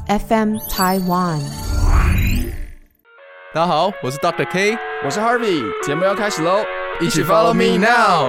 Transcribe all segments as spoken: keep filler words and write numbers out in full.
F M Taiwan。 大家好，我是 Doctor K， 我是 Harvey， 节目要开始喽， 一起 Follow me now。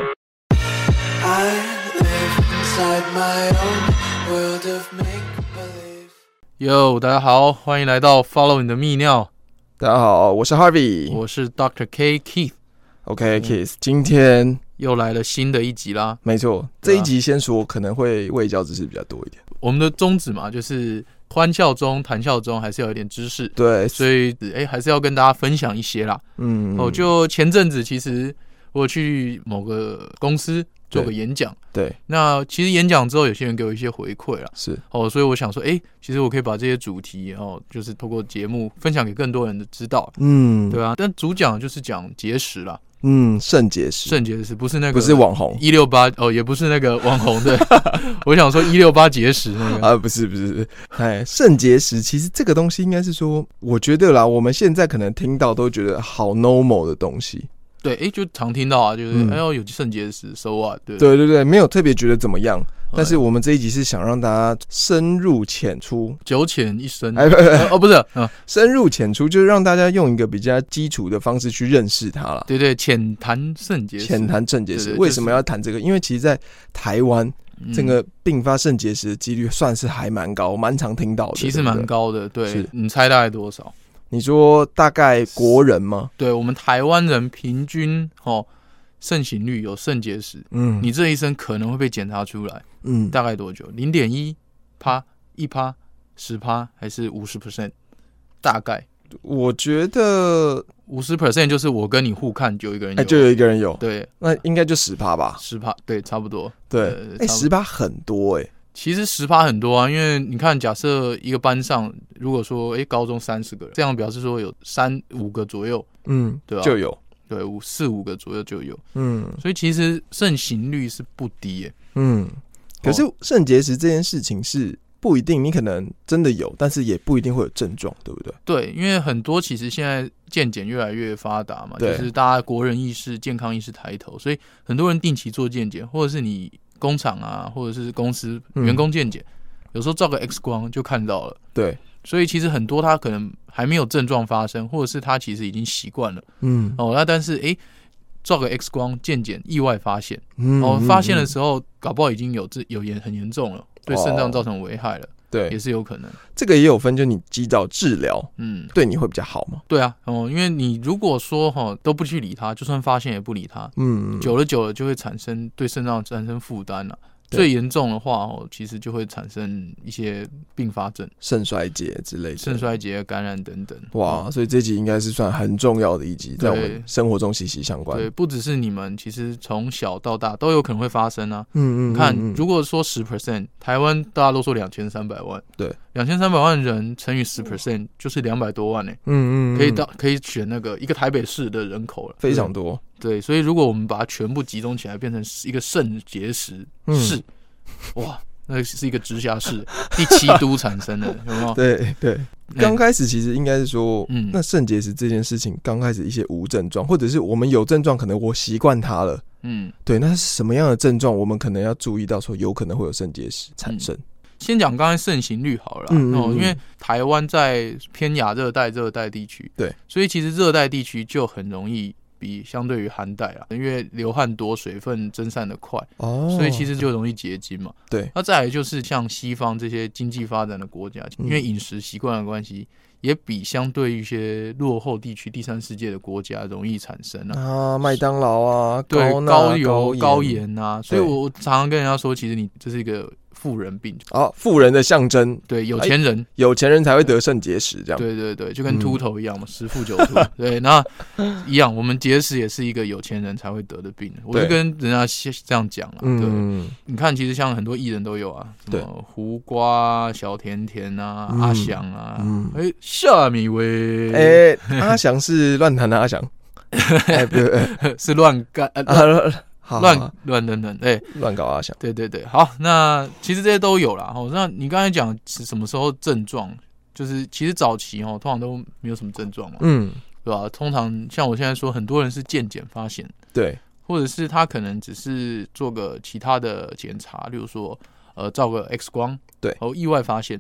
I live inside my own world of make-believe。 Yo， 大家好，欢迎来到 Follow 你的泌尿。 大家好，我是 Harvey， 我是 Doctor K Keith。OK， Keith， 今天又来了新的一集啦。 没错，这一集先说可能会卫教知识比较多一点。 我们的宗旨嘛，就是欢笑中、谈笑中，还是要有点知识。 对， 所以哎、欸，还是要跟大家分享一些啦。嗯，哦，就前阵子其实我有去某个公司做个演讲， 对， 那其实演讲之后，有些人给我一些回馈啦， 是哦，所以我想说，哎、欸，其实我可以把这些主题哦，就是透过节目分享给更多人知道，嗯，对啊。但主讲就是讲节食啦。 嗯，肾结石， 肾结石不是那个， 不是网红一六八哦，也不是那个网红的。我想说一六八节食那个啊，不是不是，哎，肾结石其实这个东西应该是说，我觉得啦，我们现在可能听到都觉得好 normal 的东西。 对，哎、欸，就常听到啊，就是、嗯、哎呦有肾结石 ，so what？ 对对对对，没有特别觉得怎么样。但是我们这一集是想让大家深入浅出， 九浅一深。 哎，不不哦，不是，嗯， 深入浅出就是让大家用一个比较基础的方式去认识它啦。 对对，浅谈肾结石。 浅谈肾结石，为什么要谈这个？因为其实，在台湾，整个并发肾结石的几率算是还蛮高，蛮常听到的。 其实蛮高的，对。你猜大概多少？ 你说大概国人吗？ 对，我们台湾人平均哦。盛行率有肾结石，嗯，你这一生可能会被检查出来，嗯，大概多久？零点一趴、一趴、十趴，还是五十 percent？ 大概， 我觉得五十 percent 就是我跟你互看就有一个人有， 欸、就有一个人有， 对， 那应该就十趴吧？ 十趴，对，差不多， 对，哎，十趴很多哎、欸， 其实十趴很多啊，因为你看，假设一个班上，如果说哎、欸、高中三十个人，这样表示说有三五个左右，嗯，对吧、啊？ 就有。 对，五四五个左右就有，嗯，所以其实盛行率是不低耶、欸， 嗯，可是肾结石这件事情是不一定，你可能真的有，但是也不一定会有症状，对不对？ 对，因为很多其实现在健检越来越发达嘛，就是大家国人意识、健康意识抬头，所以很多人定期做健检，或者是你工厂啊，或者是公司员工健检、嗯，有时候照个 X 光就看到了，对。所以其实很多他可能还没有症状发生，或者是他其实已经习惯了，嗯，哦，那但是哎，照个 X 光健检意外发现，嗯，哦，发现的时候搞不好已经有有严很严重了，对肾脏造成危害了，对，也是有可能。 这个也有分，就你及早治疗，嗯，对你会比较好吗？ 对啊，哦，因为你如果说哈、哦、都不去理它，就算发现也不理它，嗯，久了久了就会产生对肾脏产生负担了。最严重的话哦，其实就会产生一些并发症， 肾衰竭之类的， 肾衰竭、感染等等。 哇，所以这集应该是算很重要的一集，在我们生活中息息相关。 对，不只是你们，其实从小到大都有可能会发生啊。嗯嗯，你看，如果说十 percent， 台湾大家都说两千三百万，对，两千三百万人乘以十 percent 就是两百多万呢、欸。嗯嗯，可以到可以选那个一个台北市的人口了， 非常多。 对，所以如果我们把它全部集中起来，变成一个肾结石市、嗯，哇，那是一个直辖市，第七都产生的，有没有？ 对对，刚开始其实应该是说，嗯，那肾结石这件事情，刚开始一些无症状，或者是我们有症状，可能我习惯它了，嗯，对，那是什么样的症状，我们可能要注意到，说有可能会有肾结石产生。嗯， 先讲刚才盛行率好了，嗯嗯嗯哦，因为台湾在偏亚热带、热带地区，对，所以其实热带地区就很容易。比相对于寒带啊，因为流汗多，水分蒸散的快，哦，所以其实就容易结晶嘛。对，那再来就是像西方这些经济发展的国家，因为饮食习惯的关系，也比相对于一些落后地区、第三世界的国家容易产生啊。 啊，麦当劳啊， 对， 高, 高油、高盐啊，所以我常常跟人家说，其实你这是一个。富人病哦，富人的象征， 对，有钱人， 有钱人才会得肾结石，这样， 对对对，就跟秃头一样嘛，十富九秃，对，那一样，我们结石也是一个有钱人才会得的病，我就跟人家这样讲了，对，嗯，你看，其实像很多艺人都有啊，什么胡瓜、小甜甜啊、嗯、阿翔啊，哎、嗯，夏米威， 哎、欸，阿翔是乱弹的阿翔，哎，不对， 是乱干啊。乱乱等等，哎， 乱搞阿翔， 对对对，好，那其实这些都有啦。哦，那你刚才讲是什么时候症状？就是其实早期哦，通常都没有什么症状嘛，嗯，对吧？通常像我现在说，很多人是健检发现，对，或者是他可能只是做个其他的检查，例如说呃照个 X 光，对，然后意外发现，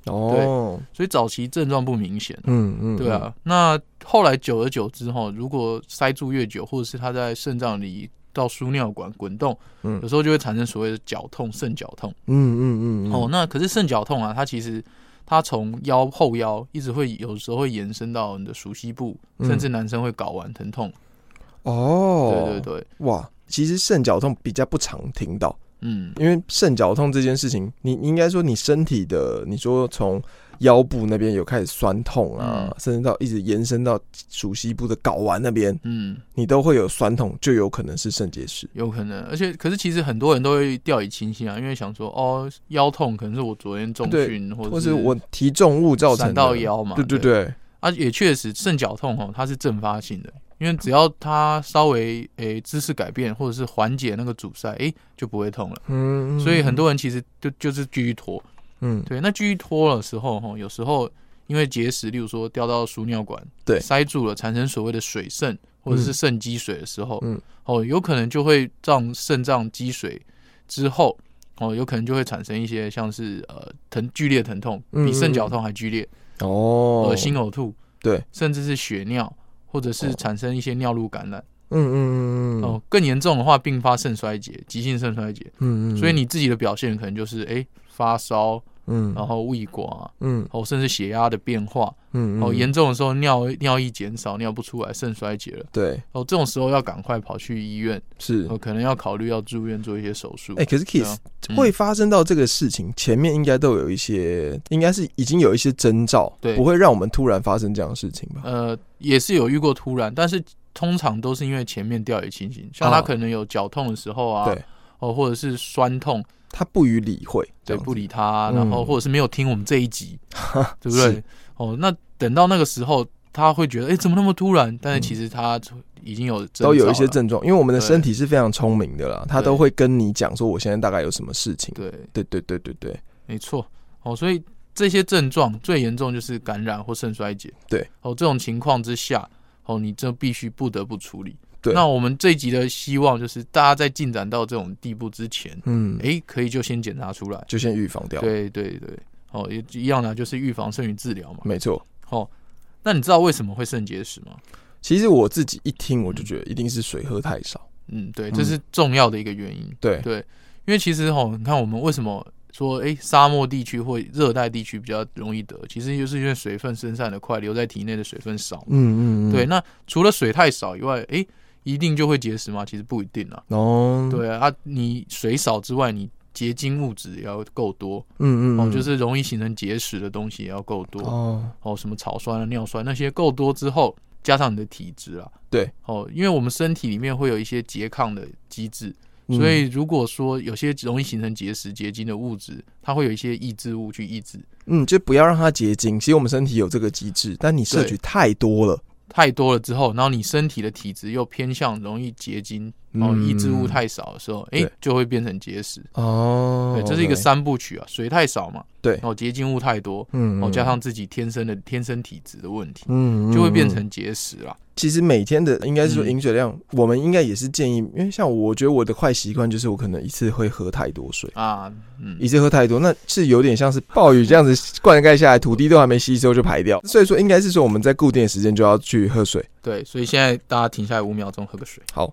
哦， 对，所以早期症状不明显，嗯嗯，对啊。那后来久而久之后，如果塞住越久，或者是它在肾脏里到输尿管滚动，嗯，有时候就会产生所谓的绞痛、肾绞痛，嗯嗯嗯。哦，那可是肾绞痛啊，它其实它从腰后腰一直会有时候会延伸到你的属膝部，嗯、甚至男生会睾丸疼痛。哦，对对对， 哇，其实肾绞痛比较不常听到。嗯，因为肾绞痛这件事情，你你应该说你身体的，你说从腰部那边有开始酸痛啊，嗯、甚至到一直延伸到属膝部的睾丸那边，嗯，你都会有酸痛，就有可能是肾结石， 有可能。而且，可是其实很多人都会掉以轻心啊，因为想说哦，腰痛可能是我昨天重训，或者是我提重物造成的， 闪到腰嘛， 对对对。 啊，也确实肾绞痛哦，它是阵发性的。因为只要它稍微诶、欸、姿势改变，或者是缓解那个阻塞，诶、欸、就不会痛了。嗯，所以很多人其实就就是继续拖。嗯，对，那继续拖的时候，哈，有时候因为结石，例如说掉到输尿管， 对， 塞住了，产生所谓的水肾或者是肾积水的时候，嗯，哦，有可能就会让肾脏积水之后，哦，有可能就会产生一些像是呃疼剧烈疼痛，比肾绞痛还剧烈。哦，恶心呕吐， 对， 甚至是血尿。或者是产生一些尿路感染，嗯嗯嗯哦，更严重的话，并发肾衰竭、急性肾衰竭，嗯嗯，所以你自己的表现可能就是哎、欸、发烧，嗯，然后胃寡，嗯，哦，甚至血压的变化，嗯，哦，严重的时候尿尿液减少，尿不出来，肾衰竭了， 对， 哦，这种时候要赶快跑去医院， 是， 哦，可能要考虑要住院做一些手术。 哎、欸，可是 Kiss、嗯、会发生到这个事情，前面应该都有一些，应该是已经有一些征兆，对，不会让我们突然发生这样的事情吧？ 呃。也是有遇过突然，但是通常都是因为前面掉以轻心，像他可能有绞痛的时候啊，对，哦，或者是酸痛， 他不予理会， 对，不理他，然后或者是没有听我们这一集，嗯、对不对？哦，那等到那个时候，他会觉得，哎、欸，怎么那么突然？但是其实他已经有都有一些症状，因为我们的身体是非常聪明的啦，他都会跟你讲说，我现在大概有什么事情。 对， 对，对，对，对，对， 没错。哦，所以。这些症状最严重就是感染或肾衰竭。 对， 哦，这种情况之下，哦，你这必须不得不处理。对，那我们这一集的希望就是大家在进展到这种地步之前，嗯，哎、欸，可以就先检查出来， 就先预防掉。 对对对，哦，也一样的，就是预防胜于治疗嘛。 没错。 哦，那你知道为什么会肾结石吗？ 其实我自己一听我就觉得一定是水喝太少。 嗯，对，这是重要的一个原因。 嗯、对对，因为其实哦，你看我们为什么？说哎，沙漠地区或热带地区比较容易得，其实就是因为水分生散的快，留在体内的水分少。嗯嗯嗯。对，那除了水太少以外，哎，一定就会结石吗？其实不一定啊。哦。对啊，啊你水少之外，你结晶物质也要够多。嗯嗯。哦，就是容易形成结石的东西也要够多。哦。哦，什么草酸啊、尿酸那些够多之后，加上你的体质啊。 对。 哦，因为我们身体里面会有一些拮抗的机制。所以，如果说有些容易形成结石、结晶的物质，它会有一些抑制物去抑制。 嗯，就不要让它结晶。其实我们身体有这个机制，但你摄取太多了， 太多了之后，然后你身体的体质又偏向容易结晶，然后抑制物太少的时候，哎、嗯欸，就会变成结石。哦，对，这是一个三部曲啊，水太少嘛， 对， 然后结晶物太多，嗯，然后加上自己天生的天生体质的问题，嗯，就会变成结石啦。 其实每天的应该是说饮水量、嗯，我们应该也是建议，因为像我觉得我的坏习惯就是我可能一次会喝太多水啊，嗯，一次喝太多，那是有点像是暴雨这样子灌溉下来，土地都还没吸收就排掉，所以说应该是说我们在固定的时间就要去喝水。 对，所以现在大家停下来五秒钟喝个水。 好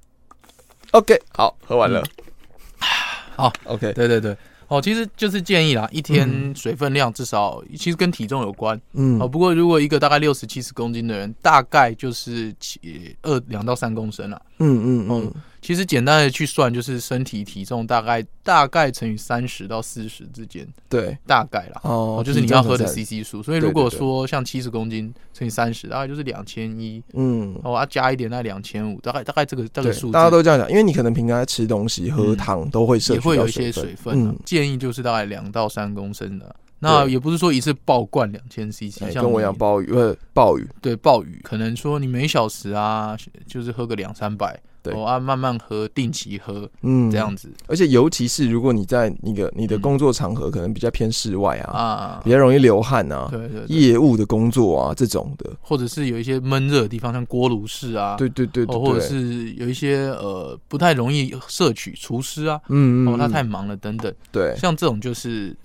，OK， 好，喝完了。 嗯、好 ，OK， 对对对。哦，其实就是建议啦，一天水分量至少、嗯、其实跟体重有关，嗯，哦，不过如果一个大概六十七十公斤的人，大概就是二两到三公升啦，嗯嗯嗯，其实简单的去算，就是身体体重大概大概乘以三十到四十之间， 对， 大概啦，哦，就是你要喝的 C C 数，所以如果说像七十公斤乘以三十，大概就是两千一，嗯，哦，要加一点，那两千五，大概大概这个这个数字， 大家都这样讲，因为你可能平常在吃东西、喝汤都会摄取到水分， 也会有一些水分、啊，嗯。建议就是大概两到三公升的，那也不是说一次爆灌两千 C C， 像跟我一样暴雨，呃，暴雨， 对，暴雨，可能说你每小时啊，就是喝个两三百，对，哦啊，慢慢喝，定期喝，嗯，这样子。 而且尤其是如果你在你的你的工作场合，可能比较偏室外啊，啊，比较容易流汗啊， 对 对, 对， 业务的工作啊这种的， 或者是有一些闷热的地方，像锅炉室啊， 对对 对, 对, 对， 或者是有一些呃不太容易摄取，厨师啊，嗯嗯，哦，他太忙了等等， 对， 像这种就是诶。欸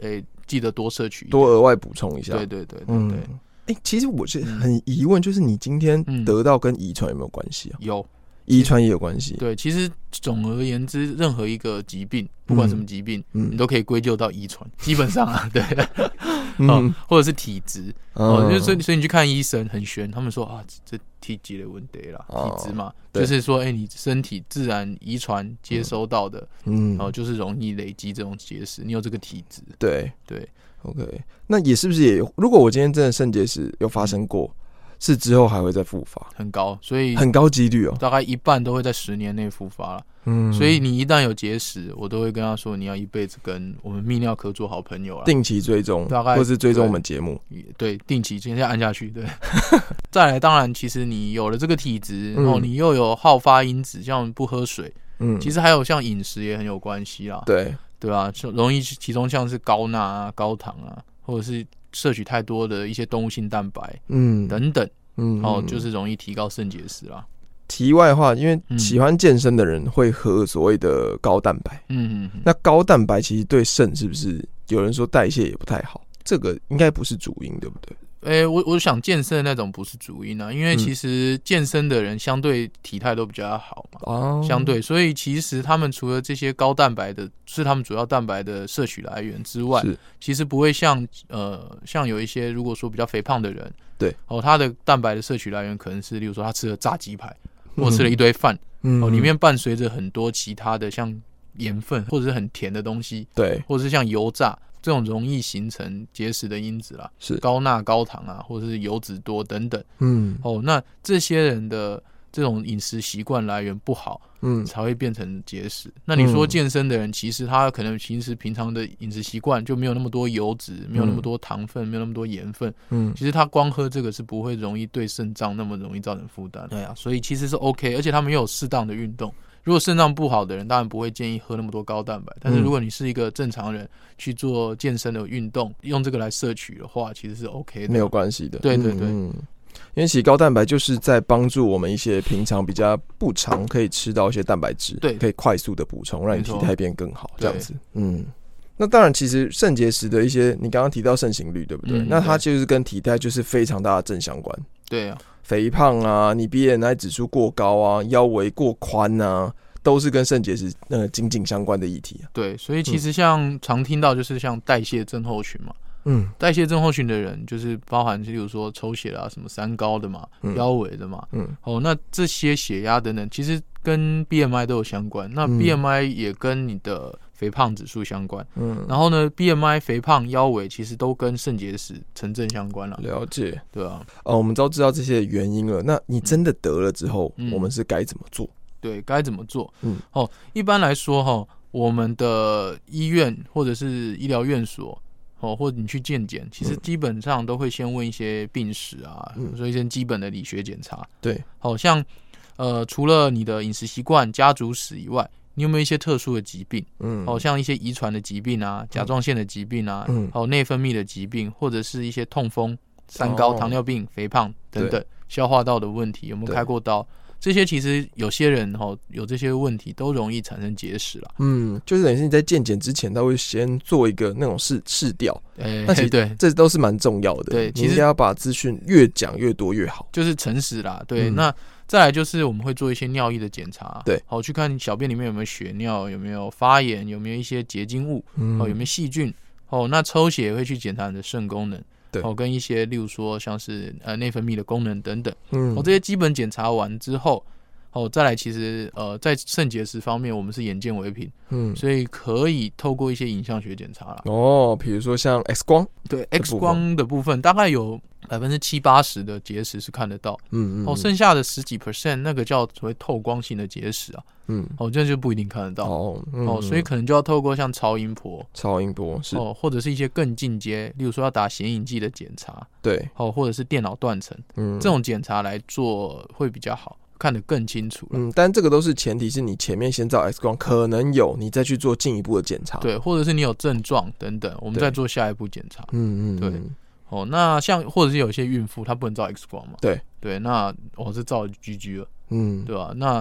记得多摄取， 多额外补充一下。 对对对对对。哎、 嗯欸，其实我是很疑问，就是你今天得到跟遗传有没有关系啊？ 有。 遗传也有关系， 对，其实总而言之，任何一个疾病，不管什么疾病，嗯、你都可以归咎到遗传，基本上啊，对，嗯、哦，或者是体质，哦，嗯、所以所以你去看医生很玄，他们说啊，这体质的问题啦，哦、体质嘛，就是说，哎、欸，你身体自然遗传接收到的，嗯，哦，就是容易累积这种结石，你有这个体质， 对对 ，OK， 那也是不是也有？如果我今天真的肾结石有发生过？是之后还会再复发， 很高，所以很高几率哦， 大概一半都会在十年内复发了。嗯，所以你一旦有结石，我都会跟他说，你要一辈子跟我们泌尿科做好朋友了， 定期追踪，大概或是追踪我们节目， 对，定期今天按下去，对。再来，当然，其实你有了这个体质，然后你又有好发因子，像不喝水，嗯，其实还有像饮食也很有关系啦， 对对啊，容易其中像是高钠啊、高糖啊，或者是摄取太多的一些动物性蛋白，嗯，等等，嗯，哦，就是容易提高肾结石啦。 题外话，因为喜欢健身的人会喝所谓的高蛋白，嗯嗯，那高蛋白其实对肾是不是有人说代谢也不太好？这个应该不是主因，对不对？ 诶、欸，我我想健身的那种不是主因啊，因为其实健身的人相对体态都比较好嘛，哦，相对，所以其实他们除了这些高蛋白的是他们主要蛋白的摄取来源之外，其实不会像呃像有一些如果说比较肥胖的人， 对哦，他的蛋白的摄取来源可能是例如说他吃了炸鸡排，或吃了一堆饭，嗯，哦，里面伴随着很多其他的像盐分或者是很甜的东西， 对， 或者是像油炸。这种容易形成结石的因子啦， 是高钠、高糖啊，或者是油脂多等等。嗯，哦，那这些人的这种饮食习惯来源不好，嗯，才会变成结石。那你说健身的人，其实他可能其实平常的饮食习惯就没有那么多油脂，没有那么多糖分，没有那么多盐分。嗯，其实他光喝这个是不会容易对肾脏那么容易造成负担。对啊，所以其实是 OK， 而且他们又有适当的运动。如果肾脏不好的人，当然不会建议喝那么多高蛋白。但是如果你是一个正常人去做健身的运动，用这个来摄取的话，其实是 OK 的， 没有关系的。 对对对， 嗯，因为其实高蛋白就是在帮助我们一些平常比较不常可以吃到一些蛋白质， 对， 可以快速的补充，让你体态变更好，这样子。嗯，那当然，其实肾结石的一些，你刚刚提到盛行率，对不对？嗯、那它就是跟体态就是非常大的正相关。 对啊。 肥胖啊，你 B M I 指数过高啊，腰围过宽啊，都是跟肾结石那个紧紧相关的议题啊。 对，所以其实像常听到就是像代谢症候群嘛，嗯，代谢症候群的人就是包含，例如说抽血啊，什么三高的嘛，嗯、腰围的嘛，嗯，哦，那这些血压等等，其实跟 B M I 都有相关。那 B M I 也跟你的肥胖指数相关，嗯，然后呢 ，B M I、肥胖、腰围其实都跟肾结石成正相关了。 了解， 对啊， 哦，我们都知道这些原因了。那你真的得了之后，嗯、我们是该怎么做？ 对，该怎么做？嗯，哦，一般来说，哈，我们的医院或者是医疗院所，哦，或者你去健检，其实基本上都会先问一些病史啊，嗯、所以一些基本的理学检查。 对， 好像呃，除了你的饮食习惯、家族史以外。你有没有一些特殊的疾病？嗯，好、哦、像一些遗传的疾病啊、甲状腺的疾病啊，嗯，还有内分泌的疾病，或者是一些痛风、三高、哦、糖尿病、肥胖等等，消化道的问题，有没有开过刀？这些其实有些人哈、哦、有这些问题，都容易产生结石啦。 嗯，就是等于是你在健检之前，他会先做一个那种试试调， 哎、欸， 那其实对， 这都是蛮重要的。 对， 你应该要把资讯越讲越多越好， 就是诚实啦。对，嗯、那。再来就是我们会做一些尿液的检查， 对， 好去看小便里面有没有血尿，有没有发炎，有没有一些结晶物，嗯、哦有没有细菌，哦那抽血也会去检查你的肾功能， 对， 哦跟一些例如说像是呃内分泌的功能等等，嗯，哦这些基本检查完之后，哦再来其实呃在肾结石方面我们是眼见为凭，嗯，所以可以透过一些影像学检查啦， 哦，比如说像 X 光， 对 X 光的部分大概有。百分之七八十的结石是看得到，嗯嗯，哦，剩下的十几 percent 那个叫所谓透光性的结石啊，嗯，哦，这就不一定看得到，哦，嗯、哦，所以可能就要透过像超音波， 超音波是， 哦，或者是一些更进阶，例如说要打显影剂的检查， 对， 哦，或者是电脑断层，嗯，这种检查来做会比较好，看得更清楚了， 嗯，但这个都是前提是你前面先照 X 光，可能有，你再去做进一步的检查， 对，或者是你有症状等等，我们再做下一步检查，嗯嗯，对。哦，那像或者是有一些孕妇她不能照 X 光嘛？ 对对， 那我、哦、是照 G G 了，嗯，对吧？那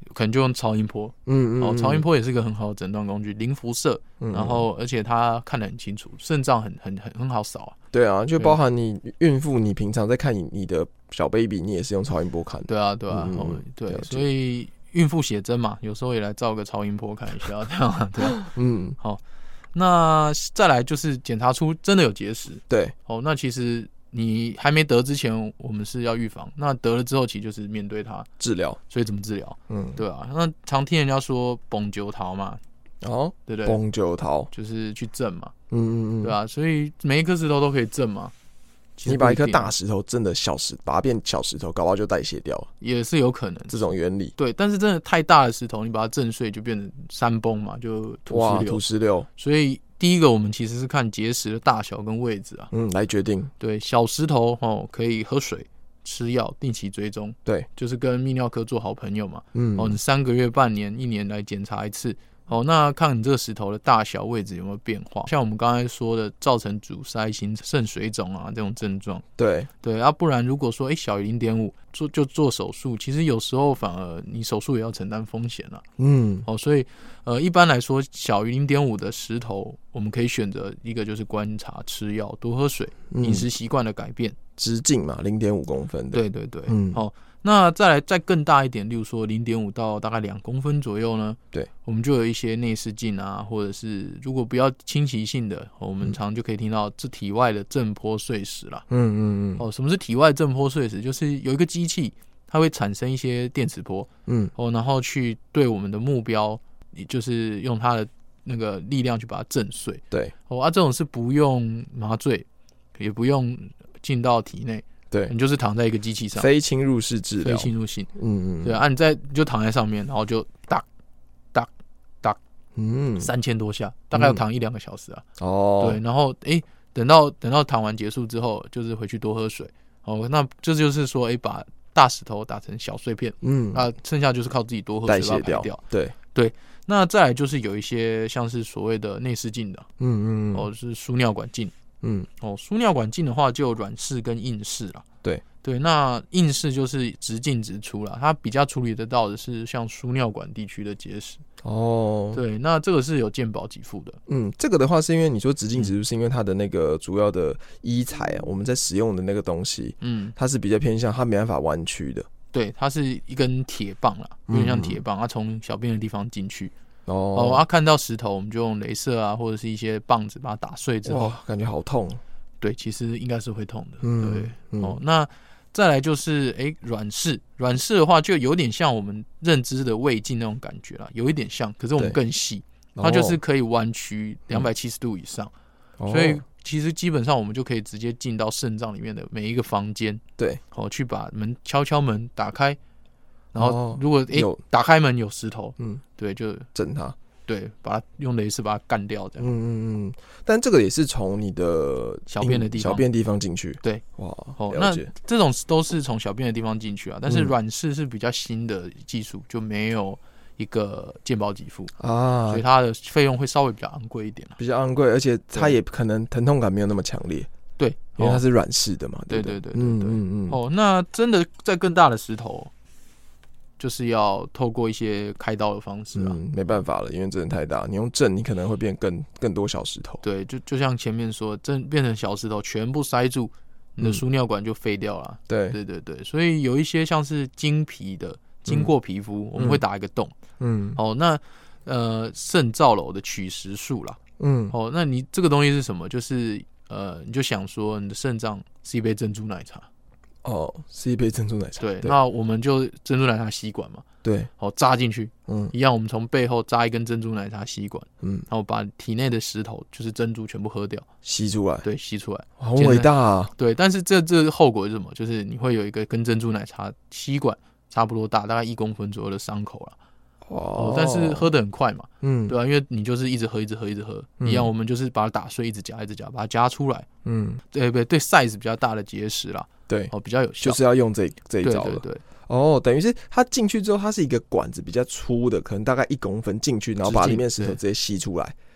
可能就用超音波，嗯嗯，哦，超音波也是个很好的诊断工具，零辐射，嗯、然后而且它看得很清楚，肾脏很很很很好扫啊。 对啊，就包含你孕妇，你平常在看你你的小 baby， 你也是用超音波看的。 对啊，对啊，嗯、哦，对，所以孕妇写真嘛，有时候也来照个超音波看一下，这样对、啊，嗯，好，那再来就是检查出真的有结石， 对， 哦，那其实。你还没得之前，我们是要预防；那得了之后，其实就是面对它治疗。 所以怎么治疗？嗯，对啊。那常听人家说崩九桃嘛， 哦， 对不对？ 崩九桃就是去震嘛， 嗯嗯嗯， 对啊。所以每一颗石头都可以震嘛。 你把一颗大石头震的小石，把它变小石头，搞不好就代谢掉了， 也是有可能这种原理。 对，但是真的太大的石头，你把它震碎，就变成山崩嘛，就土石流。 土石流。 所以。第一个，我们其实是看结石的大小跟位置啊， 嗯，来决定。 对，小石头哦，可以喝水、吃药、定期追踪， 对， 就是跟泌尿科做好朋友嘛。嗯，哦，你三个月、半年、一年来检查一次，哦，那看你这个石头的大小、位置有没有变化。像我们刚才说的，造成阻塞、形成肾水肿啊这种症状， 对对啊，不然如果说哎小于零点五，做就做手术，其实有时候反而你手术也要承担风险啊。嗯，哦，所以呃一般来说，小于零点五的石头，我们可以选择一个就是观察、吃药、多喝水、饮食习惯的改变， 直径嘛，零点五公分的。 对对对，嗯，好、哦。那再来再更大一点，例如说零点五到大概两公分左右呢， 对， 我们就有一些内视镜啊，或者是如果不要侵袭性的，我们常就可以听到这体外的震波碎石啦。嗯嗯嗯。哦，什么是体外震波碎石？就是有一个机器，它会产生一些电磁波，嗯，哦，然后去对我们的目标，就是用它的那个力量去把它震碎。 对， 哦啊，这种是不用麻醉，也不用进到体内。 对， 你就是躺在一个机器上， 非侵入式治疗， 非侵入性，嗯嗯，对啊，你在你就躺在上面，然后就哒哒哒，嗯，三千多下，大概要躺一两个小时啊。哦，对，然后哎、欸，等到等到躺完结束之后，就是回去多喝水。哦，那这就是说，哎、欸，把大石头打成小碎片，嗯，那剩下就是靠自己多喝水把它排掉。 对对，那再来就是有一些像是所谓的内视镜的，嗯嗯，哦，是输尿管镜。嗯，哦，输尿管镜的话就有软式跟硬式啦。 对对，那硬式就是直进直出啦，它比较处理得到的是像输尿管地区的结石。哦，对，那这个是有健保给付的。 嗯，这个的话是因为你说直进直出，是因为它的那个主要的医材啊，我们在使用的那个东西，嗯，它是比较偏向它没办法弯曲的。 对，它是一根铁棒啦，有点像铁棒，它从小便的地方进去。哦，哦，啊，看到石头，我们就用雷射啊，或者是一些棒子把它打碎之后， 哇，感觉好痛。 对，其实应该是会痛的。嗯，对，嗯、哦，那再来就是哎，软式，软式的话就有点像我们认知的胃镜那种感觉啦，有一点像，可是我们更细，它就是可以弯曲两百七十度以上，嗯、所以其实基本上我们就可以直接进到肾脏里面的每一个房间， 对， 哦，去把门敲敲门打开。然后如果哎、欸、打开门有石头，嗯，对，就震它， 对，把它用雷射把它干掉，这样。 嗯嗯嗯。但这个也是从你的小便的地方， 小便地方进去。 对， 哇， 哦，那这种都是从小便的地方进去啊。但是软式是比较新的技术，就没有一个健保给付啊，所以它的费用会稍微比较昂贵一点啊， 比较昂贵，而且它也可能疼痛感没有那么强烈。 对， 因为它是软式的嘛。 对对对对对，嗯嗯嗯。哦，那真的在更大的石头。就是要透过一些开刀的方式啊， 嗯，没办法了，因为真的太大，你用震，你可能会变更更多小石头。 对，就就像前面说，震变成小石头，全部塞住，你的输尿管就废掉了。嗯、对，对对对，所以有一些像是经皮的，经过皮肤，嗯、我们会打一个洞。嗯，哦，那呃肾造瘘的取石术啦。嗯，哦，那你这个东西是什么？就是呃，你就想说，你的肾脏是一杯珍珠奶茶。 哦，是一杯珍珠奶茶。 对，对那我们就珍珠奶茶吸管嘛， 对， 好扎进去，嗯，一样，我们从背后扎一根珍珠奶茶吸管，嗯，然后把体内的石头就是珍珠全部喝掉， 吸出来， 对，吸出来， 好伟大啊！ 对，但是这这后果是什么？就是你会有一个跟珍珠奶茶吸管差不多大，大概一公分左右的伤口啦。哦，但是喝得很快嘛，嗯，对啊，因为你就是一直喝，一直喝，一直喝，嗯、一样，我们就是把它打碎，一直夹，一直夹，把它夹出来，嗯，对不对？对 size 比较大的结石啦。 对， 哦，比较有效， 就是要用这这一招了。 对对对， 哦，等于是它进去之后，它是一个管子比较粗的，可能大概一公分进去，然后把里面石头直接吸出来。 对，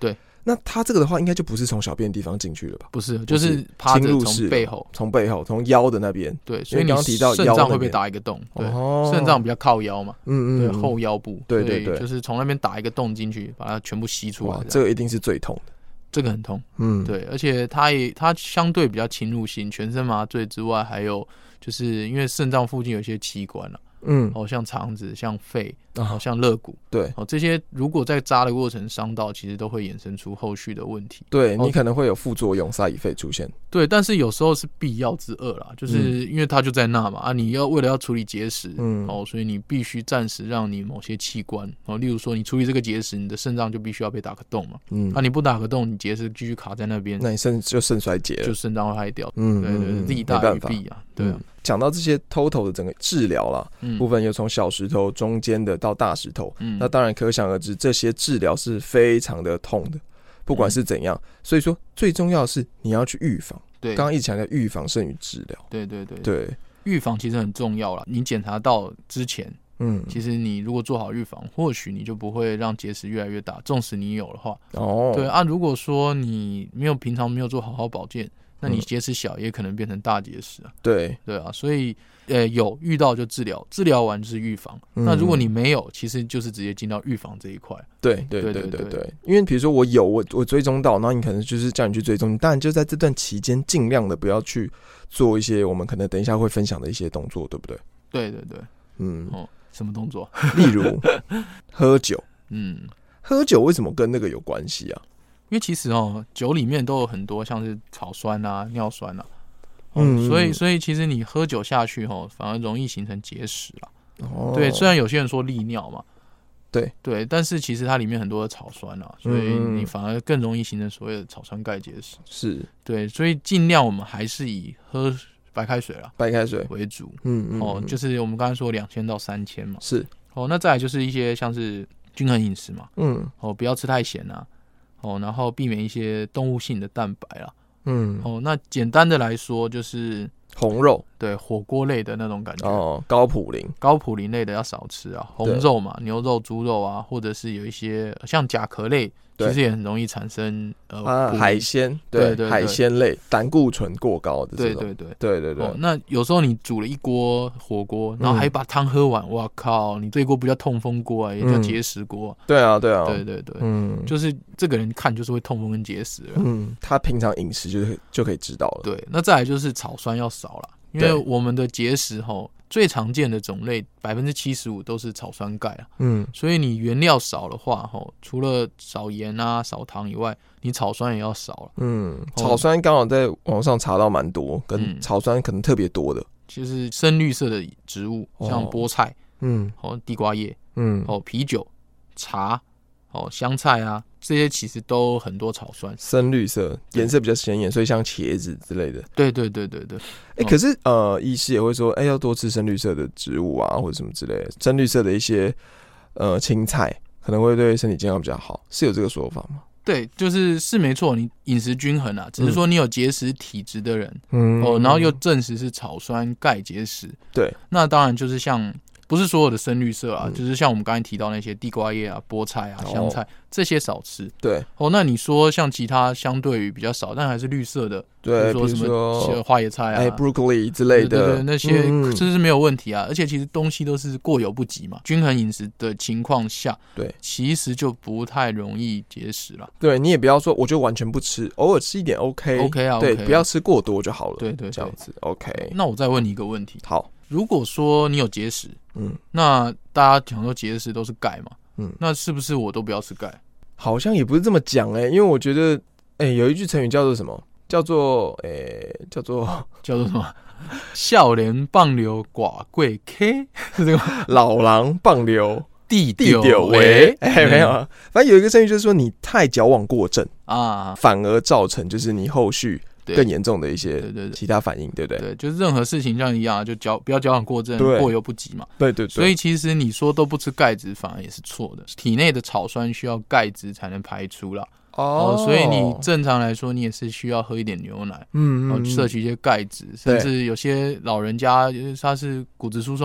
那他这个的话，应该就不是从小便的地方进去了吧？ 不是，就是趴着从背后， 从背后，从腰的那边。 对，所以你刚刚提到肾脏会被打一个洞，对， 哦， 肾脏比较靠腰嘛， 嗯嗯， 对，后腰部， 对对对， 就是从那边打一个洞进去，把它全部吸出来。 这个一定是最痛的。 这个很痛， 嗯， 对，而且它也它相对比较侵入性，全身麻醉之外，还有就是因为肾脏附近有一些器官啊， 嗯， 哦，像肠子、像肺，哦，像肋骨， 对， 哦，这些如果在扎的过程伤到，其实都会衍生出后续的问题。 对，你可能会有副作用 side effect 出现。 对，但是有时候是必要之恶啦，就是因为它就在那嘛，啊，你要为了要处理结石，嗯，哦，所以你必须暂时让你某些器官，哦，例如说你处理这个结石，你的肾脏就必须要被打个洞嘛，嗯，啊，你不打个洞，你结石继续卡在那边， 那你肾就肾衰竭了， 就肾脏会坏掉。 嗯， 对对对，利大于弊啊，对啊。 讲到这些 total 的整个治疗啦，嗯、部分又从小石头、中间的到大石头，嗯、那当然可想而知，这些治疗是非常的痛的，不管是怎样。嗯、所以说，最重要的是你要去预防。 对， 刚刚一直强调预防胜于治疗。 对对对对， 预防其实很重要啦。你检查到之前，嗯，其实你如果做好预防，或许你就不会让结石越来越大。纵使你有的话，哦，对啊，如果说你没有平常没有做好好保健。那你结石小也可能变成大结石啊， 对对啊，所以呃有遇到就治疗，治疗完就是预防。嗯、那如果你没有，其实就是直接进到预防这一块。 对对对对 对, 对，因为比如说我有我我追踪到，然后你可能就是叫你去追踪，当然就在这段期间尽量的不要去做一些我们可能等一下会分享的一些动作，对不对？ 对对对，嗯，哦，什么动作？ 例如喝酒，嗯，喝酒为什么跟那个有关系啊？ 因为其实哦，酒里面都有很多像是草酸啊、尿酸啊，嗯，所以所以其实你喝酒下去哦，反而容易形成结石啦。哦，对，虽然有些人说利尿嘛， 对对，但是其实它里面很多的草酸啊，所以你反而更容易形成所谓的草酸钙结石。 是， 对，所以尽量我们还是以喝白开水啦， 白开水为主。 嗯嗯， 哦，就是我们刚才说两千到三千嘛。 是， 哦，那再来就是一些像是均衡饮食嘛，嗯，哦，不要吃太咸啊。哦，然后避免一些动物性的蛋白啦。嗯，哦，那简单的来说就是红肉， 对，火锅类的那种感觉。 哦，高普林， 高普林类的要少吃啊。红肉嘛，牛肉、猪肉啊，或者是有一些像甲壳类，其实也很容易产生呃、 啊、海鲜，对 对, 对, 对，海鲜类胆固醇过高的这种， 对对对对对对。 哦，那有时候你煮了一锅火锅，然后还把汤喝完，哇、嗯、靠，你这一锅不叫痛风锅啊，也叫结石锅、啊嗯。对啊对啊， 对对对，嗯，就是这个人看就是会痛风跟结石了， 嗯，他平常饮食就就可以知道了。 对，那再来就是草酸要少了，因为我们的结石吼。最常见的种类百分之七十五都是草酸钙啊，嗯，所以你原料少的话，吼，除了少盐啊、少糖以外，你草酸也要少了， 嗯，草酸刚好在网上查到蛮多，跟草酸可能特别多的， 就是深绿色的植物，像菠菜，嗯，哦，地瓜叶，嗯，哦，啤酒、茶，哦，香菜啊。这些其实都很多草酸， 深绿色，颜色比较显眼，所以像茄子之类的。 对对对对对。 哎、欸，可是呃，医师也会说，哎、欸，要多吃深绿色的植物啊，或者什么之类的。深绿色的一些呃青菜可能会对身体健康比较好，是有这个说法吗？ 对，就是是没错，你饮食均衡啊，只是说你有结石体质的人，嗯，哦，然后又证实是草酸钙结石， 对， 那当然就是像。不是所有的深绿色啊、嗯，就是像我们刚才提到那些地瓜叶啊、菠菜啊、香菜、哦、这些少吃。 对， 哦，那你说像其他相对于比较少，但还是绿色的， 对， 比如说什么花椰菜啊、 哎 broccoli 之类的， 对对对，那些这是没有问题啊。而且其实东西都是过犹不及嘛，均衡饮食的情况下， 对， 其实就不太容易结石了。 对，你也不要说我就完全不吃，偶尔吃一点 OK OK 啊， 对， okay 啊不要吃过多就好了。 对 对, 对， 这样子 OK。 那我再问你一个问题， 好。 如果说你有结石，嗯，那大家讲说结石都是钙嘛，嗯，那是不是我都不要吃钙？ 好像也不是这么讲哎、欸，因为我觉得，哎、欸，有一句成语叫做什么？叫做，哎、欸，叫做叫做什么？少年放流寡贵 K 是这个吗？ 老狼放流地丢为，哎、欸，没有啊，反正有一个成语就是说你太矫枉过正啊，反而造成就是你后续。更严重的一些其他反应，对不对？ 对，就是任何事情像一样，就矫不要矫枉过正，过犹不及嘛。 对对对。 所以其实你说都不吃钙质，反而也是错的。体内的草酸需要钙质才能排出啦。哦, 哦，所以你正常来说，你也是需要喝一点牛奶，嗯，然后摄取一些钙质，甚至有些老人家他是骨质疏松，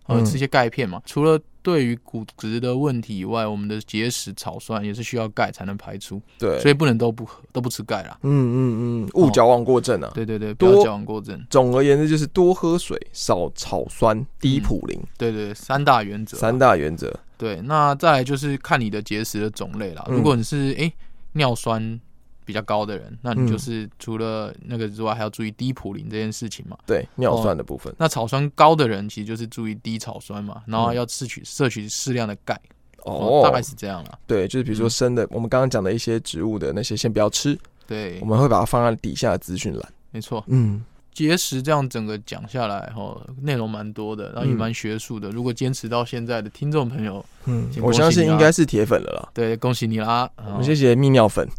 呃，吃一些钙片嘛。除了对于骨质的问题以外，我们的结石、草酸也是需要钙才能排出， 对， 所以不能都不都不吃钙啦。 嗯嗯嗯，勿矫枉过正啊。 对对对，不要矫枉过正。 总而言之，就是多喝水、少草酸、低普林。 嗯、对对，三大原则。 三大原则。 对，那再来就是看你的结石的种类啦。嗯、如果你是哎、欸、尿酸比较高的人，那你就是除了那个之外，还要注意低普林这件事情嘛。 对，尿酸的部分。哦、 那草酸高的人，其实就是注意低草酸嘛，然后要摄取摄取适量的钙。哦，大概是这样啦。 对，就是比如说生的，嗯、我们刚刚讲的一些植物的那些，先不要吃。 对， 我们会把它放在底下的资讯栏。 没错。嗯。结石这样整个讲下来，内容蛮多的，然后也蛮学术的。嗯、如果坚持到现在的听众朋友， 嗯，我相信应该是铁粉了啦。 对，恭喜你啦！ 我们谢谢泌尿粉。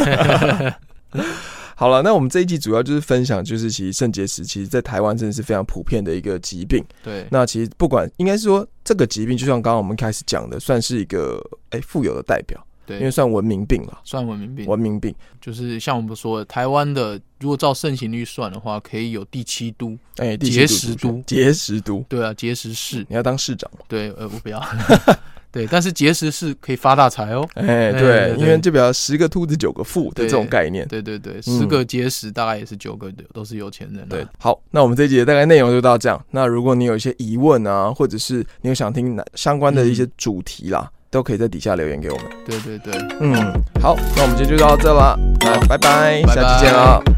好了，那我们这一集主要就是分享，就是其实肾结石，其实在台湾真的是非常普遍的一个疾病。 对， 那其实不管应该是说这个疾病，就像刚刚我们开始讲的，算是一个哎富有的代表。对，因为算文明病了， 算文明病。 文明病就是像我们说的，台湾的如果照盛行率算的话，可以有第七都， 哎、欸， 结石都， 结石都， 对啊，结石市， 你要当市长吗？ 对，呃，我不要。对，但是结石市可以发大财哦。 哎、欸，对，欸、因为就比较十个秃子九个富的这种概念。 对对对，十个结石大概也是九个都是有钱人、啊。 对，好，那我们这一集大概内容就到这样。那如果你有一些疑问啊，或者是你有想听相关的一些主题啦。嗯，都可以在底下留言给我们。 对对对， 嗯，好，那我们今天就到这啦，那拜拜，下期见啦。